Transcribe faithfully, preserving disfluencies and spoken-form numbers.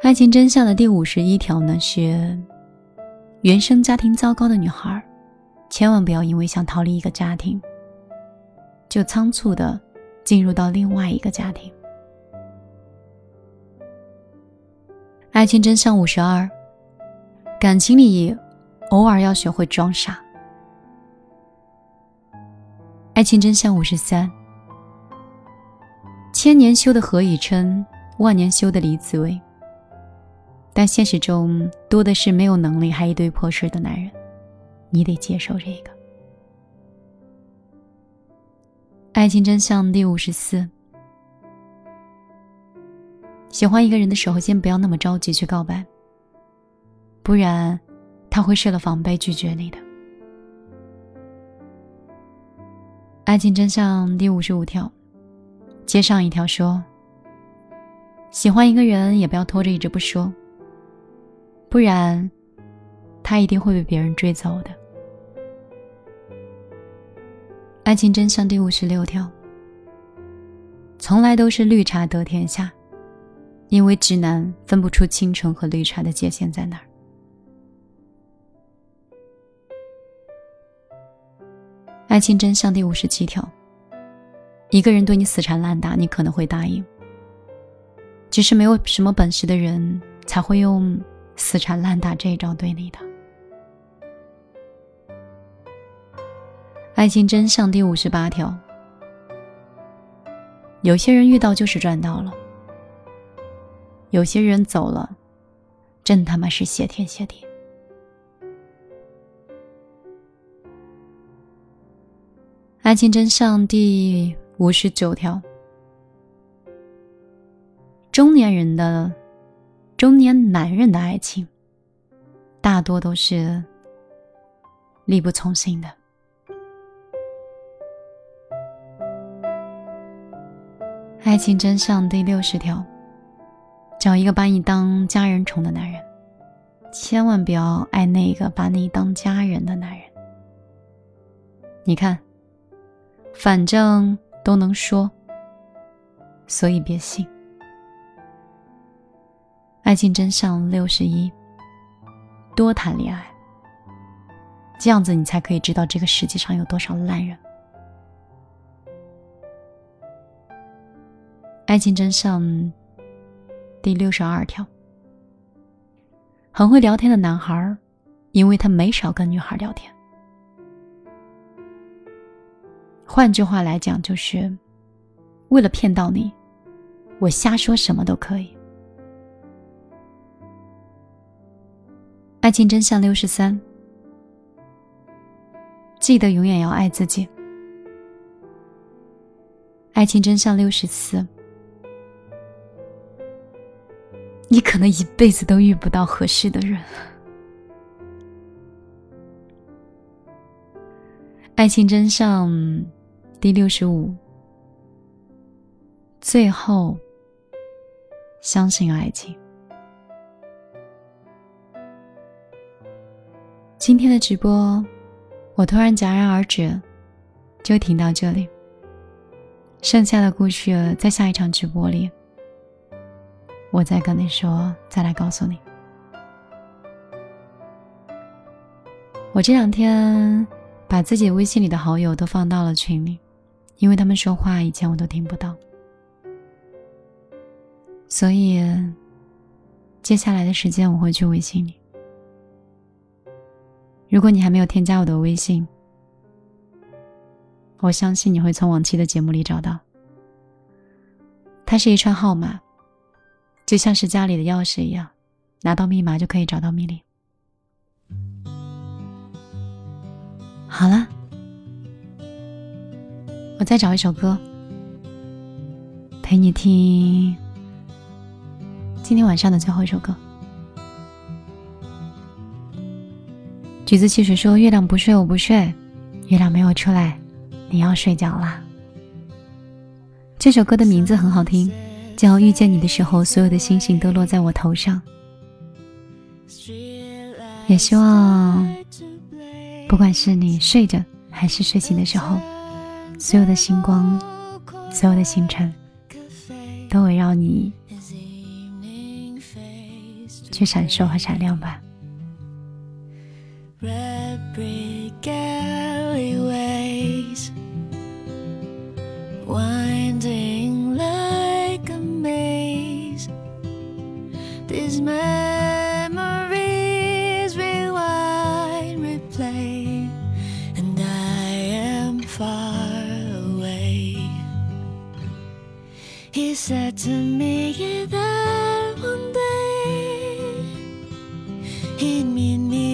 爱情真相的第五十一条呢是，原生家庭糟糕的女孩千万不要因为想逃离一个家庭就仓促地进入到另外一个家庭。爱情真相五十二，感情里偶尔要学会装傻。爱情真相五十三，千年修的何以琛，万年修的李子维，但现实中多的是没有能力还一堆破事的男人，你得接受这个。爱情真相第五十四，喜欢一个人的时候先不要那么着急去告白，不然他会设了防备拒绝你的。爱情真相第五十五条，接上一条说，喜欢一个人也不要拖着一直不说，不然他一定会被别人追走的。爱情真相第五十六条，从来都是绿茶得天下，因为直男分不出清纯和绿茶的界限在哪儿。爱情真相第五十七条，一个人对你死缠烂打，你可能会答应，只是没有什么本事的人才会用死缠烂打这一招对你的。爱情真相第五十八条，有些人遇到就是赚到了，有些人走了真他妈是谢天谢地。爱情真相第五十九条，中年人的中年男人的爱情大多都是力不从心的。爱情真相第六十条，找一个把你当家人宠的男人，千万不要爱那个把你当家人的男人。你看，反正都能说，所以别信。爱情真相六十一，多谈恋爱，这样子你才可以知道这个世界上有多少烂人。爱情真相第六十二条，很会聊天的男孩，因为他没少跟女孩聊天。换句话来讲，就是为了骗到你，我瞎说什么都可以。爱情真相六十三，记得永远要爱自己。爱情真相六十四，你可能一辈子都遇不到合适的人。爱情真相第六十五，最后相信爱情。今天的直播我突然戛然而止，就停到这里，剩下的故事在下一场直播里我再跟你说，再来告诉你。我这两天把自己微信里的好友都放到了群里，因为他们说话以前我都听不到，所以接下来的时间我会去微信里。如果你还没有添加我的微信，我相信你会从往期的节目里找到，它是一串号码，就像是家里的钥匙一样，拿到密码就可以找到密里。好了，我再找一首歌陪你听今天晚上的最后一首歌。橘子汽水说，月亮不睡我不睡，月亮没有出来，你要睡觉啦。这首歌的名字很好听，叫遇见你的时候，所有的星星都落在我头上。也希望不管是你睡着还是睡醒的时候，所有的星光，所有的星辰都围绕你去闪烁和闪亮吧。 Red brick alleyways, winding like a maze. These memories rewind, replay, and I am far away. He said to me that one day he'd meet me